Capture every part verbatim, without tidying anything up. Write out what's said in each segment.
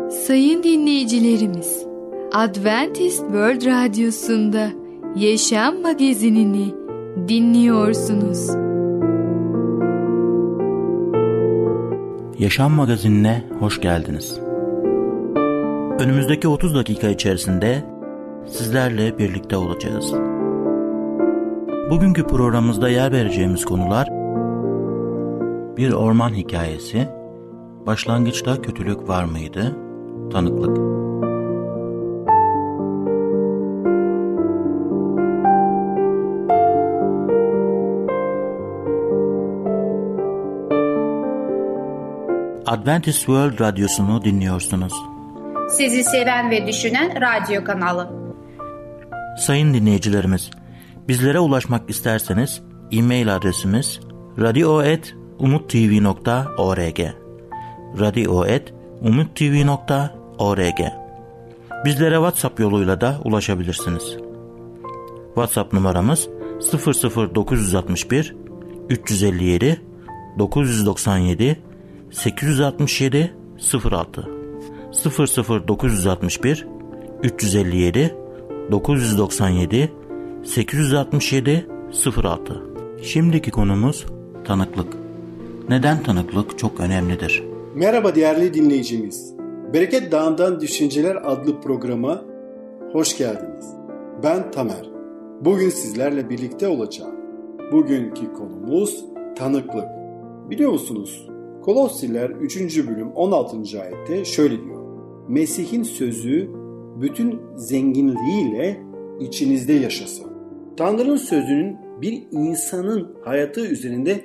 Sayın dinleyicilerimiz, Adventist World Radyosu'nda Yaşam Magazinini dinliyorsunuz. Yaşam Magazinine hoş geldiniz. Önümüzdeki otuz dakika içerisinde sizlerle birlikte olacağız. Bugünkü programımızda yer vereceğimiz konular: bir orman hikayesi, başlangıçta kötülük var mıydı, tanıklık. Adventist World Radyosu'nu dinliyorsunuz. Sizi seven ve düşünen radyo kanalı. Sayın dinleyicilerimiz, bizlere ulaşmak isterseniz e-mail adresimiz radio et umuttv nokta org radio et umuttv nokta org. Bizlere WhatsApp yoluyla da ulaşabilirsiniz. WhatsApp numaramız sıfır sıfır dokuz altı bir üç yüz elli yedi dokuz yüz doksan yedi sekiz yüz altmış yedi sıfır altı sıfır sıfır dokuz altı bir üç yüz elli yedi dokuz yüz doksan yedi sekiz yüz altmış yedi sıfır altı. Şimdiki konumuz tanıklık. Neden tanıklık çok önemlidir? Merhaba değerli dinleyicimiz. Bereket Dağı'ndan Düşünceler adlı programa hoş geldiniz. Ben Tamer. Bugün sizlerle birlikte olacağım. Bugünkü konumuz tanıklık. Biliyor musunuz? Kolosliler üçüncü bölüm on altıncı ayette şöyle diyor: Mesih'in sözü bütün zenginliğiyle içinizde yaşasın. Tanrı'nın sözünün bir insanın hayatı üzerinde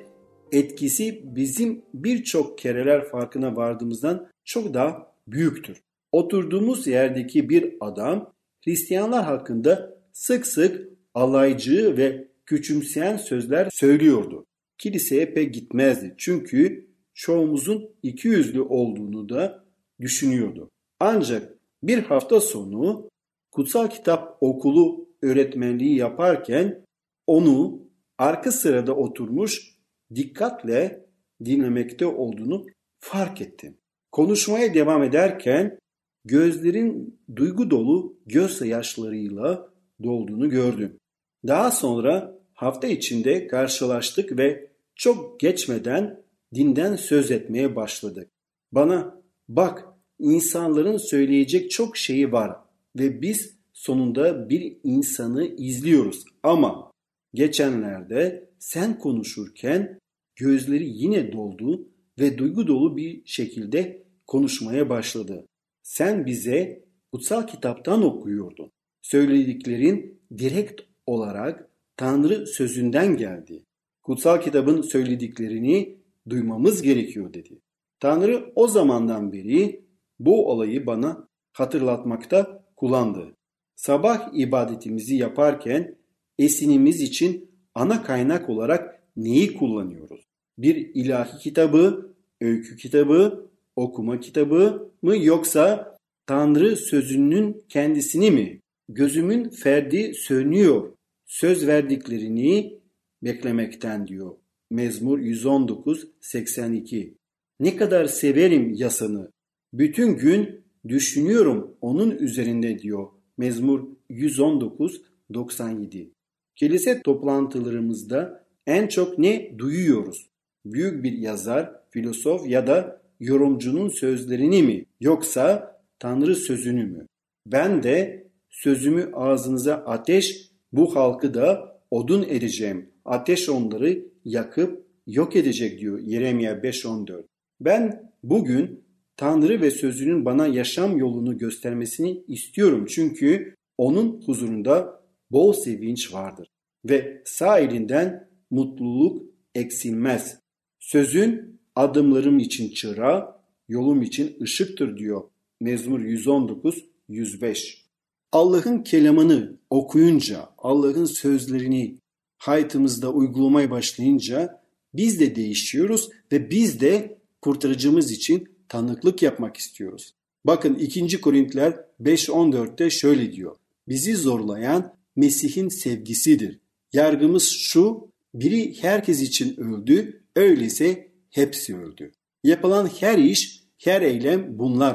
etkisi bizim birçok kereler farkına vardığımızdan çok daha büyüktür. Oturduğumuz yerdeki bir adam Hristiyanlar hakkında sık sık alaycı ve küçümseyen sözler söylüyordu. Kiliseye pek gitmezdi çünkü çoğumuzun ikiyüzlü olduğunu da düşünüyordu. Ancak bir hafta sonu kutsal kitap okulu öğretmenliği yaparken onu arka sırada oturmuş dikkatle dinlemekte olduğunu fark ettim. Konuşmaya devam ederken gözlerin duygu dolu gözyaşlarıyla dolduğunu gördüm. Daha sonra hafta içinde karşılaştık ve çok geçmeden dinden söz etmeye başladık. Bana bak, insanların söyleyecek çok şeyi var ve biz sonunda bir insanı izliyoruz ama geçenlerde sen konuşurken gözleri yine doldu ve duygu dolu bir şekilde konuşmaya başladı. Sen bize kutsal kitaptan okuyordun. Söylediklerin direkt olarak Tanrı sözünden geldi. Kutsal kitabın söylediklerini duymamız gerekiyor dedi. Tanrı o zamandan beri bu olayı bana hatırlatmakta kullandı. Sabah ibadetimizi yaparken esinimiz için ana kaynak olarak neyi kullanıyoruz? Bir ilahi kitabı, öykü kitabı, okuma kitabı mı yoksa Tanrı sözünün kendisini mi? Gözümün ferdi sönüyor, söz verdiklerini beklemekten diyor. Mezmur yüz on dokuz seksen iki. Ne kadar severim yasanı. Bütün gün düşünüyorum onun üzerinde diyor. Mezmur yüz on dokuz doksan yedi. Kilise toplantılarımızda en çok ne duyuyoruz? Büyük bir yazar, filozof ya da yorumcunun sözlerini mi yoksa Tanrı sözünü mü? Ben de sözümü ağzınıza ateş, bu halkı da odun edeceğim. Ateş onları yakıp yok edecek diyor Yeremya beş on dört. Ben bugün Tanrı ve sözünün bana yaşam yolunu göstermesini istiyorum. Çünkü onun huzurunda bol sevinç vardır. Ve sağ elinden mutluluk eksilmez. Sözün adımlarım için çıra, yolum için ışıktır diyor Mezmur yüz on dokuz yüz beş. Allah'ın kelamını okuyunca, Allah'ın sözlerini hayatımızda uygulamaya başlayınca biz de değişiyoruz ve biz de kurtarıcımız için tanıklık yapmak istiyoruz. Bakın ikinci Korintiler beş on dörtte şöyle diyor: bizi zorlayan Mesih'in sevgisidir. Yargımız şu: biri herkes için öldü, öyleyse hepsi öldü. Yapılan her iş, her eylem bunlar.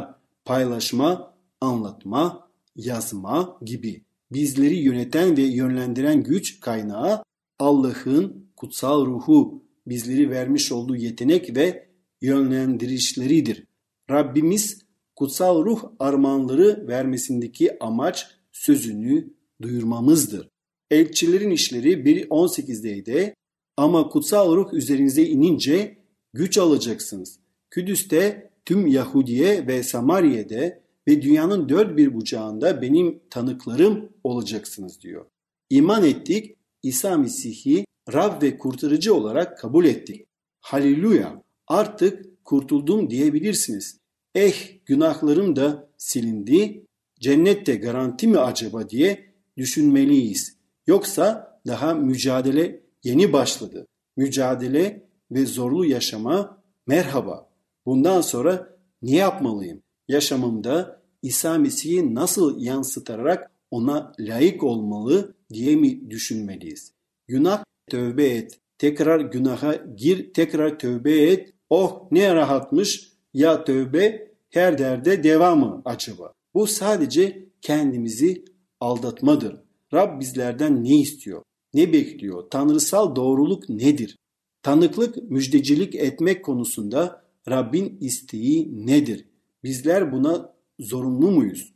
paylaşma, anlatma, yazma gibi. Bizleri yöneten ve yönlendiren güç kaynağı Allah'ın kutsal ruhu, bizleri vermiş olduğu yetenek ve yönlendirişleridir. Rabbimiz kutsal ruh armağanları vermesindeki amaç sözünü duyurmamızdır. Elçilerin işleri bir on sekizdeydi. Ama kutsal ruh üzerinize inince güç alacaksınız. Kudüs'te, tüm Yahudiye ve Samarya'da ve dünyanın dört bir bucağında benim tanıklarım olacaksınız diyor. İman ettik, İsa Mesih'i Rab ve kurtarıcı olarak kabul ettik. Haleluya! Artık kurtuldum diyebilirsiniz. Eh, günahlarım da silindi, cennette garanti mi acaba diye düşünmeliyiz. Yoksa daha mücadele yeni başladı. Mücadele ve zorlu yaşama merhaba. Bundan sonra ne yapmalıyım? Yaşamımda İsa Mesih'i nasıl yansıtarak ona layık olmalı diye mi düşünmeliyiz? Günah, tövbe et. Tekrar günaha gir, tekrar tövbe et. Oh ne rahatmış ya tövbe, her derde devamı acaba? Bu sadece kendimizi aldatmadır. Rab bizlerden ne istiyor? Ne bekliyor? Tanrısal doğruluk nedir? Tanıklık, müjdecilik etmek konusunda Rabbin isteği nedir? Bizler buna zorunlu muyuz?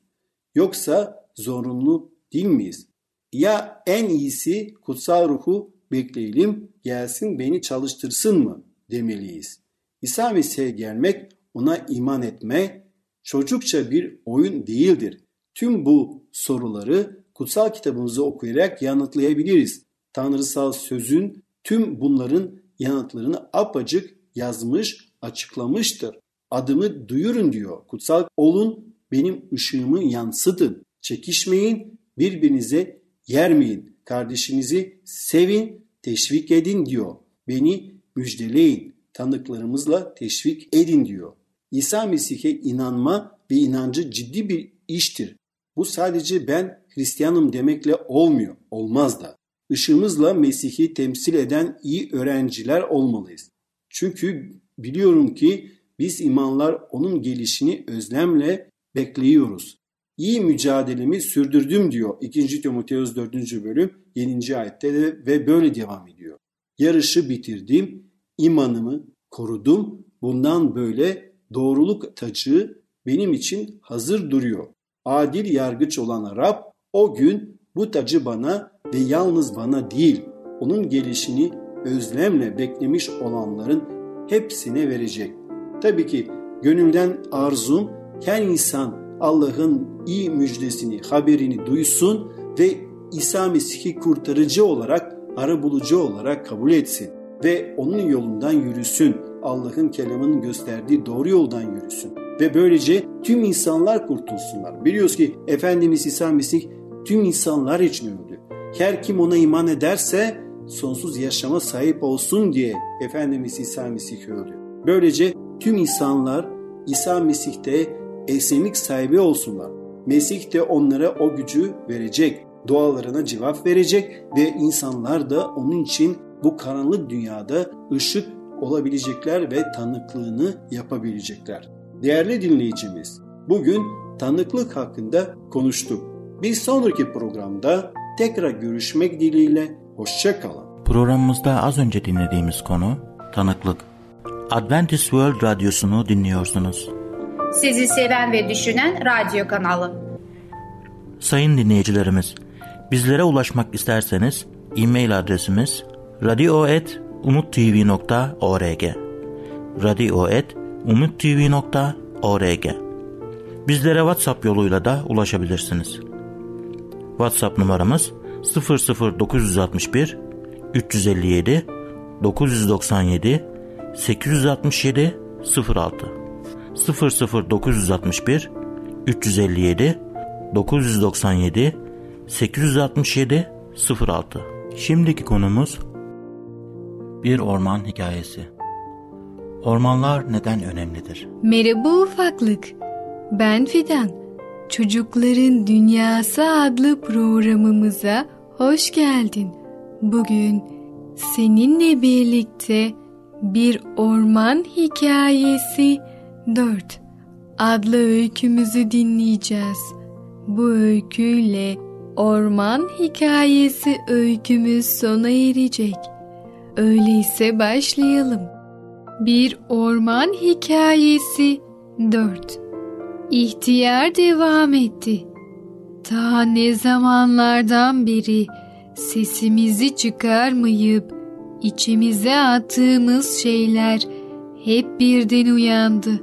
Yoksa zorunlu değil miyiz? Ya en iyisi kutsal ruhu bekleyelim, gelsin beni çalıştırsın mı demeliyiz. İsa Mesih'e gelmek, ona iman etme çocukça bir oyun değildir. Tüm bu soruları kutsal kitabımızı okuyarak yanıtlayabiliriz. Tanrısal sözün tüm bunların yanıtlarını apacık yazmış, açıklamıştır. Adımı duyurun diyor. Kutsal olun, benim ışığımı yansıtın. Çekişmeyin, birbirinize yermeyin. Kardeşinizi sevin, teşvik edin diyor. Beni müjdeleyin, tanıklarımızla teşvik edin diyor. İsa Mesih'e inanma ve inancı ciddi bir iştir. Bu sadece ben Hristiyanım demekle olmuyor, olmaz da. Işığımızla Mesih'i temsil eden iyi öğrenciler olmalıyız. Çünkü biliyorum ki biz imanlar onun gelişini özlemle bekliyoruz. İyi mücadelemi sürdürdüm diyor ikinci Timoteos dördüncü bölüm yedinci ayette de ve böyle devam ediyor. Yarışı bitirdim, imanımı korudum. Bundan böyle doğruluk tacı benim için hazır duruyor. Adil yargıç olan Rab o gün bu tacı bana ve yalnız bana değil, onun gelişini özlemle beklemiş olanların hepsine verecek. Tabii ki gönülden arzum her insan Allah'ın iyi müjdesini, haberini duysun ve İsa Mesih'i kurtarıcı olarak, arabulucu olarak kabul etsin ve onun yolundan yürüsün. Allah'ın kelamının gösterdiği doğru yoldan yürüsün ve böylece tüm insanlar kurtulsunlar. Biliyoruz ki Efendimiz İsa Mesih tüm insanlar için öldü. Her kim ona iman ederse sonsuz yaşama sahip olsun diye Efendimiz İsa Mesih öldü. Böylece tüm insanlar İsa Mesih'te esenlik sahibi olsunlar. Mesih de onlara o gücü verecek, dualarına cevap verecek ve insanlar da onun için bu karanlık dünyada ışık olabilecekler ve tanıklığını yapabilecekler. Değerli dinleyicimiz, bugün tanıklık hakkında konuştuk. Bir sonraki programda tekrar görüşmek dileğiyle, hoşça kalın. Programımızda az önce dinlediğimiz konu tanıklık. Adventist World Radyosu'nu dinliyorsunuz. Sizi seven ve düşünen radyo kanalı. Sayın dinleyicilerimiz, bizlere ulaşmak isterseniz e-mail adresimiz radio et umuttv nokta org radio et umuttv nokta org. Bizlere WhatsApp yoluyla da ulaşabilirsiniz. WhatsApp numaramız sıfır sıfır dokuz altı bir üç yüz elli yedi dokuz yüz doksan yedi sekiz yüz altmış yedi sıfır altı sıfır sıfır dokuz altı bir üç yüz elli yedi dokuz yüz doksan yedi sekiz yüz altmış yedi sıfır altı. Şimdiki konumuz bir orman hikayesi. Ormanlar neden önemlidir? Merhaba ufaklık. Ben Fidan. Çocukların Dünyası adlı programımıza hoş geldin. Bugün seninle birlikte bir orman hikayesi dört. adlı öykümüzü dinleyeceğiz. Bu öyküyle orman hikayesi öykümüz sona erecek. Öyleyse başlayalım. Bir orman hikayesi dört. İhtiyar devam etti. Ta ne zamanlardan beri sesimizi çıkarmayıp içimize attığımız şeyler hep birden uyandı.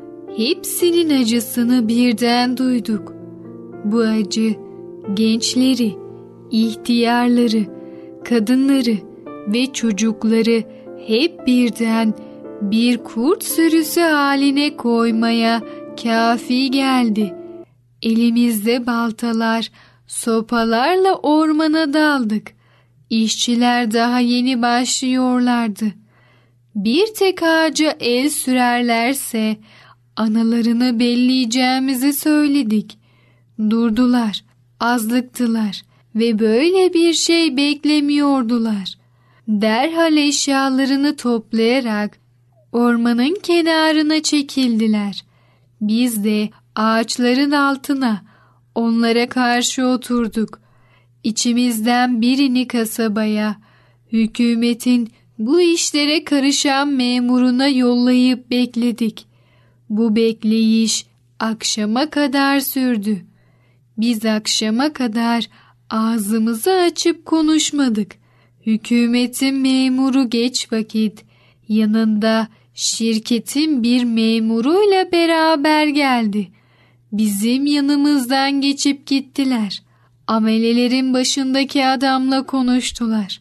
Hepsinin acısını birden duyduk. Bu acı gençleri, ihtiyarları, kadınları ve çocukları hep birden bir kurt sürüsü haline koymaya kafi geldi. Elimizde baltalar, sopalarla ormana daldık. İşçiler daha yeni başlıyorlardı. Bir tek ağaca el sürerlerse analarını belleyeceğimizi söyledik. Durdular, azlıktılar ve böyle bir şey beklemiyordular. Derhal eşyalarını toplayarak ormanın kenarına çekildiler. Biz de ağaçların altına onlara karşı oturduk. İçimizden birini kasabaya, hükümetin bu işlere karışan memuruna yollayıp bekledik. Bu bekleyiş akşama kadar sürdü. Biz akşama kadar ağzımızı açıp konuşmadık. Hükümetin memuru geç vakit yanında şirketin bir memuruyla beraber geldi. Bizim yanımızdan geçip gittiler. Amelelerin başındaki adamla konuştular.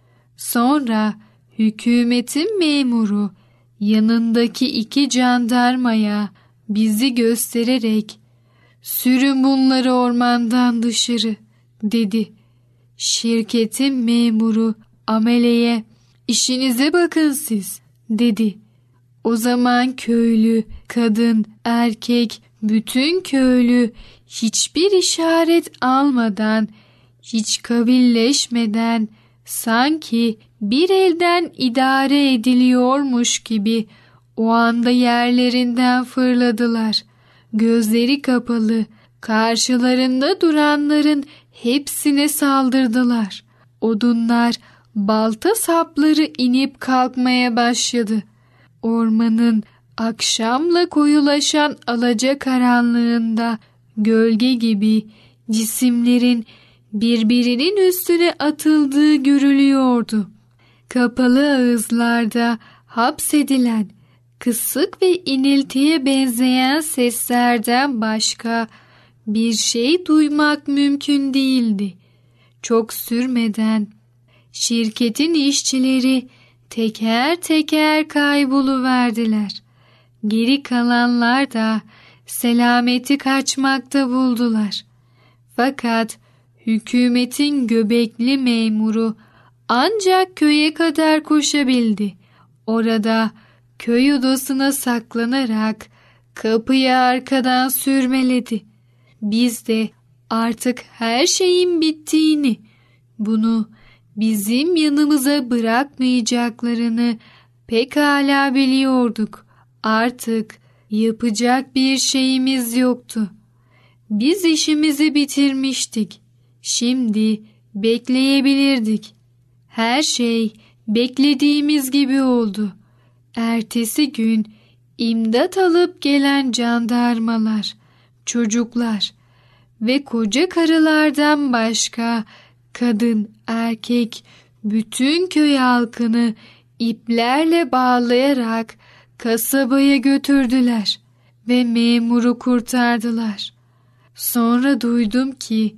Sonra hükümetin memuru yanındaki iki jandarmaya bizi göstererek "Sürün bunları ormandan dışarı," dedi. Şirketin memuru ameleye "İşinize bakın siz," dedi. O zaman köylü, kadın, erkek, bütün köylü hiçbir işaret almadan, hiç kabilleşmeden, sanki bir elden idare ediliyormuş gibi o anda yerlerinden fırladılar. Gözleri kapalı, karşılarında duranların hepsine saldırdılar. Odunlar, balta sapları inip kalkmaya başladı. Ormanın akşamla koyulaşan alacakaranlığında gölge gibi cisimlerin birbirinin üstüne atıldığı görülüyordu. Kapalı ağızlarda hapsedilen, kısık ve iniltiye benzeyen seslerden başka bir şey duymak mümkün değildi. Çok sürmeden şirketin işçileri teker teker kayboluverdiler. Geri kalanlar da selameti kaçmakta buldular. Fakat hükümetin göbekli memuru ancak köye kadar koşabildi. Orada köy odasına saklanarak kapıyı arkadan sürmeledi. Biz de artık her şeyin bittiğini, bunu bizim yanımıza bırakmayacaklarını pekala biliyorduk. Artık yapacak bir şeyimiz yoktu. Biz işimizi bitirmiştik. Şimdi bekleyebilirdik. Her şey beklediğimiz gibi oldu. Ertesi gün imdat alıp gelen jandarmalar, çocuklar ve koca karılardan başka kadın, erkek, bütün köy halkını iplerle bağlayarak kasabaya götürdüler ve memuru kurtardılar. Sonra duydum ki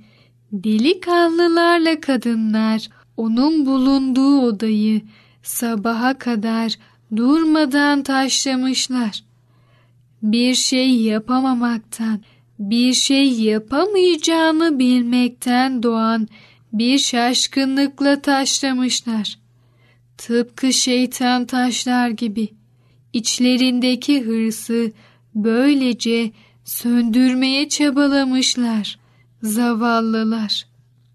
delikanlılarla kadınlar onun bulunduğu odayı sabaha kadar durmadan taşlamışlar. Bir şey yapamamaktan, bir şey yapamayacağını bilmekten doğan bir şaşkınlıkla taşlamışlar. Tıpkı şeytan taşlar gibi içlerindeki hırsı böylece söndürmeye çabalamışlar. Zavallılar.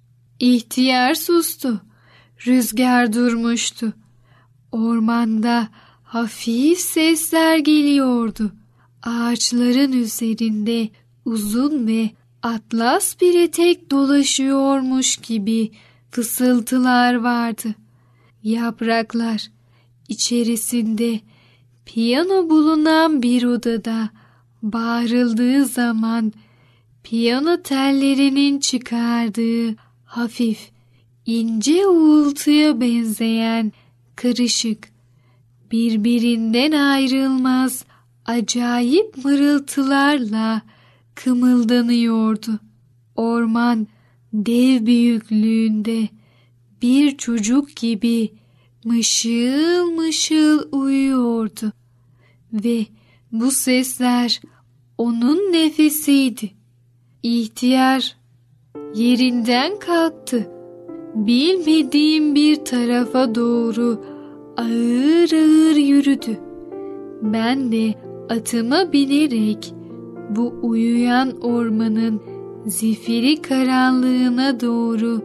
İhtiyar sustu. Rüzgar durmuştu. Ormanda hafif sesler geliyordu. ağaçların üzerinde uzun ve atlas bir etek dolaşıyormuş gibi fısıltılar vardı. Yapraklar içerisinde piyano bulunan bir odada bağırıldığı zaman piyano tellerinin çıkardığı hafif, ince uğultuya benzeyen karışık, birbirinden ayrılmaz acayip mırıltılarla kımıldanıyordu. Orman dev büyüklüğünde bir çocuk gibi mışıl mışıl uyuyordu ve bu sesler onun nefesiydi. İhtiyar yerinden kalktı. Bilmediğim bir tarafa doğru ağır ağır yürüdü. Ben de atıma binerek bu uyuyan ormanın zifiri karanlığına doğru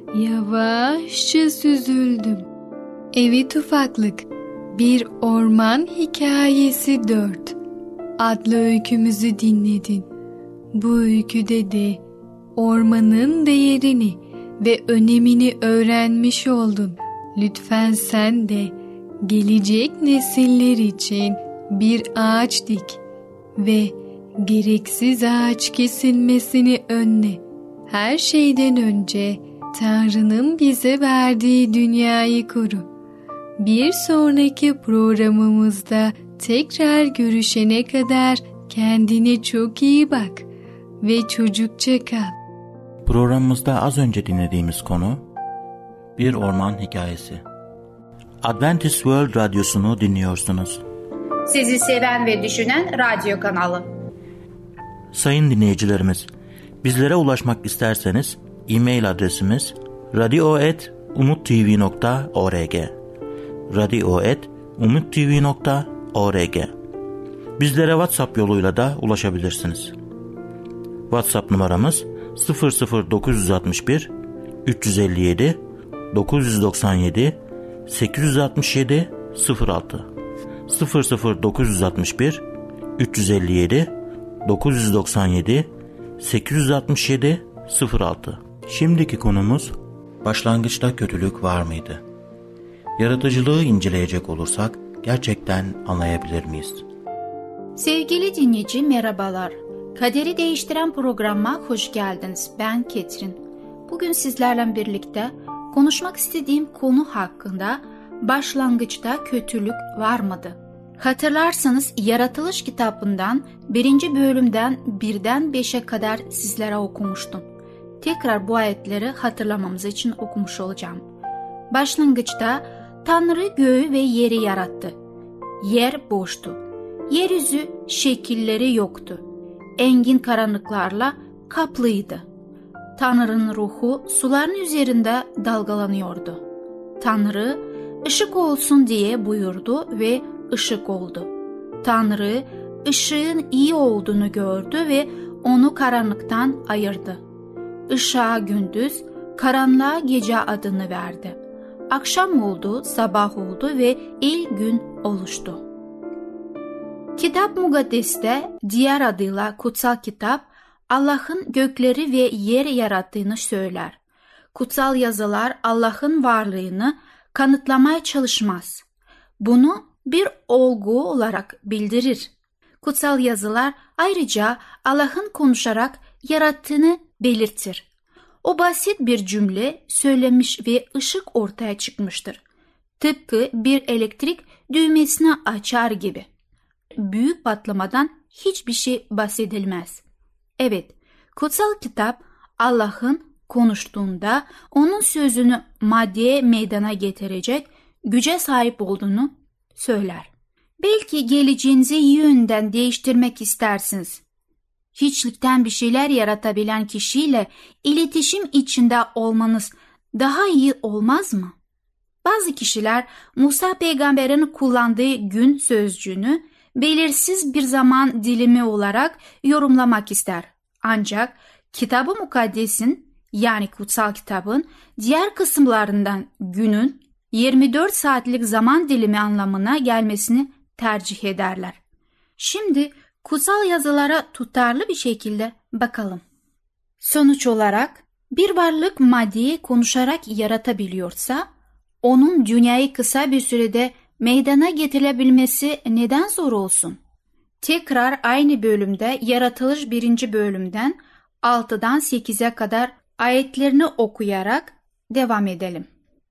yavaşça süzüldüm. Evet ufaklık, bir orman hikayesi dört adlı öykümüzü dinledin. Bu öyküde de ormanın değerini ve önemini öğrenmiş oldun. Lütfen sen de gelecek nesiller için bir ağaç dik ve gereksiz ağaç kesilmesini önle. Her şeyden önce Tanrı'nın bize verdiği dünyayı koru. Bir sonraki programımızda tekrar görüşene kadar kendine çok iyi bak ve çocukça kal. Programımızda az önce dinlediğimiz konu Bir Orman Hikayesi. Adventist World Radyosu'nu dinliyorsunuz. Sizi seven ve düşünen radyo kanalı. Sayın dinleyicilerimiz, bizlere ulaşmak isterseniz e-mail adresimiz radio et umuttv nokta org radio et umuttv nokta org. Bizlere WhatsApp yoluyla da ulaşabilirsiniz. WhatsApp numaramız sıfır sıfır dokuz altı bir üç yüz elli yedi dokuz yüz doksan yedi sekiz yüz altmış yedi sıfır altı sıfır sıfır dokuz altı bir üç yüz elli yedi dokuz yüz doksan yedi sekiz yüz altmış yedi sıfır altı. Şimdiki konumuz başlangıçta kötülük var mıydı? Yaratıcılığı inceleyecek olursak gerçekten anlayabilir miyiz? Sevgili dinleyici merhabalar. Kaderi Değiştiren programa hoş geldiniz. Ben Ketrin. Bugün sizlerle birlikte konuşmak istediğim konu hakkında başlangıçta kötülük var mıydı? Hatırlarsanız Yaratılış kitabından birinci bölümden birden beşe kadar sizlere okumuştum. Tekrar bu ayetleri hatırlamamız için okumuş olacağım. Başlangıçta Tanrı göğü ve yeri yarattı. Yer boştu. Yeryüzü şekilleri yoktu. Engin karanlıklarla kaplıydı. Tanrı'nın ruhu suların üzerinde dalgalanıyordu. Tanrı ışık olsun diye buyurdu ve ışık oldu. Tanrı ışığın iyi olduğunu gördü ve onu karanlıktan ayırdı. Işığa gündüz, karanlığa gece adını verdi. Akşam oldu, sabah oldu ve ilk gün oluştu. Kitap Mukaddes'te diğer adıyla Kutsal Kitap, Allah'ın gökleri ve yer yarattığını söyler. Kutsal yazılar Allah'ın varlığını kanıtlamaya çalışmaz. Bunu bir olgu olarak bildirir. Kutsal yazılar ayrıca Allah'ın konuşarak yarattığını belirtir. O basit bir cümle söylemiş ve ışık ortaya çıkmıştır. Tıpkı bir elektrik düğmesini açar gibi. Büyük patlamadan hiçbir şey bahsedilmez. Evet, kutsal kitap Allah'ın konuştuğunda onun sözünü maddeye meydana getirecek güce sahip olduğunu söyler. Belki geleceğinizi yönden değiştirmek istersiniz. Hiçlikten bir şeyler yaratabilen kişiyle iletişim içinde olmanız daha iyi olmaz mı? Bazı kişiler Musa peygamberin kullandığı gün sözcüğünü belirsiz bir zaman dilimi olarak yorumlamak ister. Ancak Kitab-ı Mukaddes'in yani kutsal kitabın diğer kısımlarından günün yirmi dört saatlik zaman dilimi anlamına gelmesini tercih ederler. Şimdi Kutsal yazılara tutarlı bir şekilde bakalım. Sonuç olarak bir varlık maddeyi konuşarak yaratabiliyorsa, onun dünyayı kısa bir sürede meydana getirebilmesi neden zor olsun? Tekrar aynı bölümde Yaratılış birinci bölümden altıdan sekize kadar ayetlerini okuyarak devam edelim.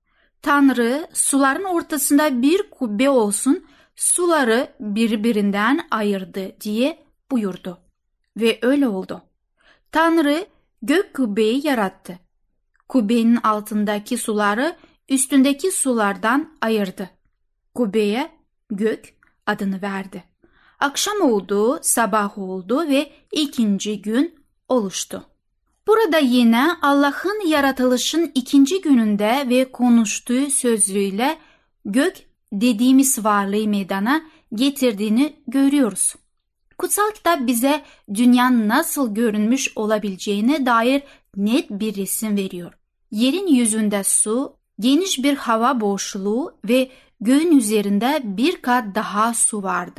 Tanrı suların ortasında bir kubbe olsun, suları birbirinden ayırdı diye buyurdu. Ve öyle oldu. Tanrı gök kubbeyi yarattı. Kubbenin altındaki suları üstündeki sulardan ayırdı. Kubbeye gök adını verdi. Akşam oldu, sabah oldu ve ikinci gün oluştu. Burada yine Allah'ın yaratılışın ikinci gününde ve konuştuğu sözlüğüyle gök dediğimiz varlığı meydana getirdiğini görüyoruz. Kutsal kitap bize dünyanın nasıl görünmüş olabileceğine dair net bir resim veriyor. Yerin yüzünde su, geniş bir hava boşluğu ve göğün üzerinde bir kat daha su vardı.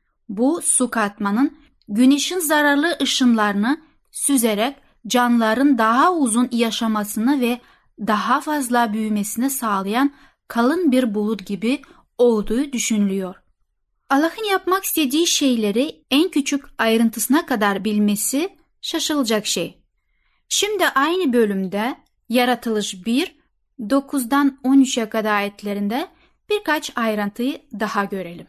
Bu su katmanın güneşin zararlı ışınlarını süzerek canlıların daha uzun yaşamasını ve daha fazla büyümesini sağlayan kalın bir bulut gibi olduğu düşünülüyor. Allah'ın yapmak istediği şeyleri en küçük ayrıntısına kadar bilmesi şaşılacak şey. Şimdi aynı bölümde Yaratılış bir, dokuzdan on üçe kadar ayetlerinde birkaç ayrıntıyı daha görelim.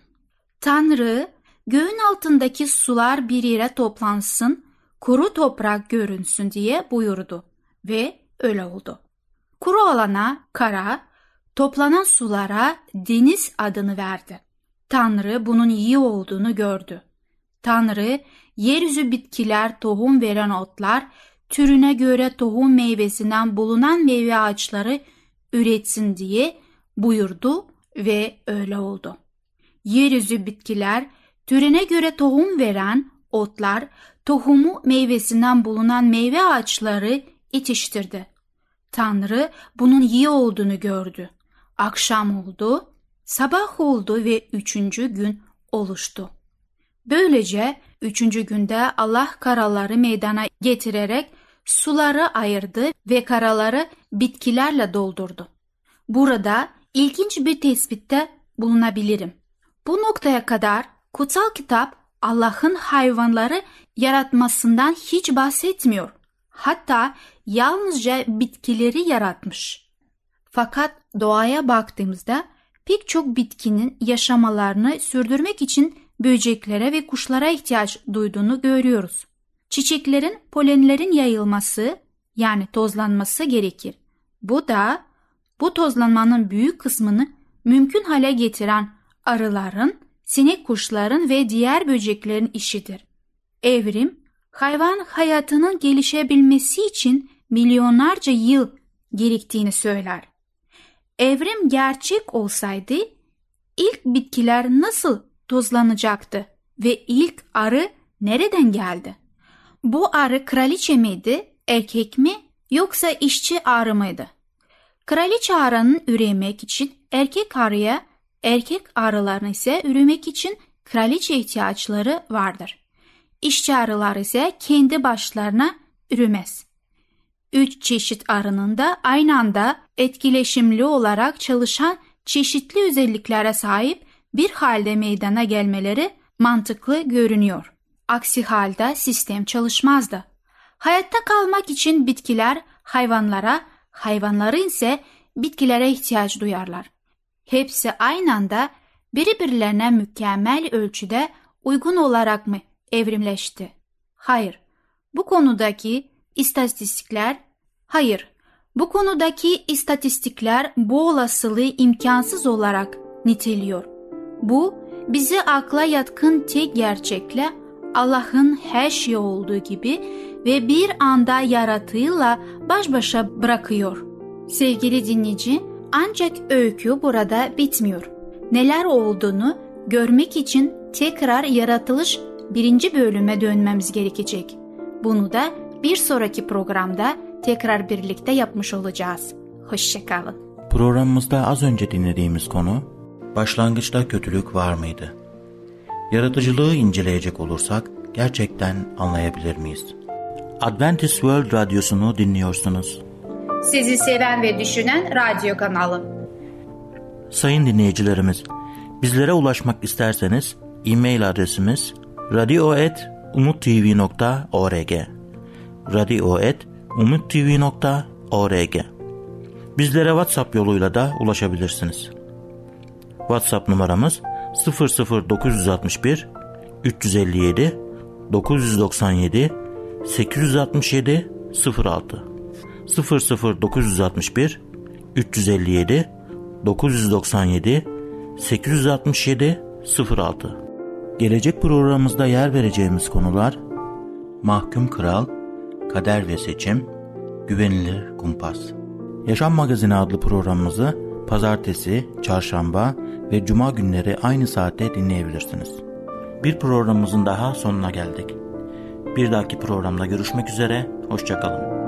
Tanrı, göğün altındaki sular bir yere toplansın, kuru toprak görünsün diye buyurdu ve öyle oldu. Kuru alana kara, toplanan sulara deniz adını verdi. Tanrı bunun iyi olduğunu gördü. Tanrı, yeryüzü bitkiler, tohum veren otlar, türüne göre tohum meyvesinden bulunan meyve ağaçları üretsin diye buyurdu ve öyle oldu. Yeryüzü bitkiler, türüne göre tohum veren otlar, tohumu meyvesinden bulunan meyve ağaçları yetiştirdi. Tanrı bunun iyi olduğunu gördü. Akşam oldu, sabah oldu ve üçüncü gün oluştu. Böylece üçüncü günde Allah karaları meydana getirerek suları ayırdı ve karaları bitkilerle doldurdu. Burada ilginç bir tespitte bulunabilirim. Bu noktaya kadar kutsal kitap Allah'ın hayvanları yaratmasından hiç bahsetmiyor. Hatta yalnızca bitkileri yaratmış. Fakat doğaya baktığımızda pek çok bitkinin yaşamalarını sürdürmek için böceklere ve kuşlara ihtiyaç duyduğunu görüyoruz. Çiçeklerin polenlerin yayılması, yani tozlanması gerekir. Bu da bu tozlanmanın büyük kısmını mümkün hale getiren arıların, sinek kuşların ve diğer böceklerin işidir. Evrim, hayvan hayatının gelişebilmesi için milyonlarca yıl gerektiğini söyler. Evrim gerçek olsaydı ilk bitkiler nasıl tozlanacaktı ve ilk arı nereden geldi? Bu arı kraliçe miydi, erkek mi yoksa işçi arı mıydı? Kraliçe arının üremek için erkek arıya, erkek arıların ise üremek için kraliçe ihtiyaçları vardır. İşçi arılar ise kendi başlarına üremez. Üç çeşit arının da aynı anda etkileşimli olarak çalışan çeşitli özelliklere sahip bir halde meydana gelmeleri mantıklı görünüyor. Aksi halde sistem çalışmazdı. Hayatta kalmak için bitkiler hayvanlara, hayvanların ise bitkilere ihtiyaç duyarlar. Hepsi aynı anda birbirlerine mükemmel ölçüde uygun olarak mı evrimleşti? Hayır. Bu konudaki istatistikler, hayır. Bu konudaki istatistikler bu olasılığı imkansız olarak niteliyor. Bu, bizi akla yatkın tek gerçekle Allah'ın her şey olduğu gibi ve bir anda yaratığıyla baş başa bırakıyor. Sevgili dinleyici, ancak öykü burada bitmiyor. Neler olduğunu görmek için tekrar Yaratılış birinci bölüme dönmemiz gerekecek. Bunu da bir sonraki programda tekrar birlikte yapmış olacağız. Hoşçakalın. Programımızda az önce dinlediğimiz konu, başlangıçta kötülük var mıydı? Yaratıcılığı inceleyecek olursak gerçekten anlayabilir miyiz? Adventist World Radyosu'nu dinliyorsunuz. Sizi seven ve düşünen radyo kanalı. Sayın dinleyicilerimiz, bizlere ulaşmak isterseniz e-mail adresimiz radio et umuttv nokta org radio et umuttv nokta org. Bizlere WhatsApp yoluyla da ulaşabilirsiniz. WhatsApp numaramız sıfır sıfır dokuz altı bir üç yüz elli yedi dokuz yüz doksan yedi sekiz yüz altmış yedi sıfır altı sıfır sıfır dokuz altı bir üç yüz elli yedi dokuz yüz doksan yedi sekiz yüz altmış yedi sıfır altı. Gelecek programımızda yer vereceğimiz konular: Mahkum Kral, Kader ve Seçim, Güvenilir Kumpas. Yaşam Magazini adlı programımızı pazartesi, çarşamba ve cuma günleri aynı saatte dinleyebilirsiniz. Bir programımızın daha sonuna geldik. Bir dahaki programda görüşmek üzere, hoşça kalın.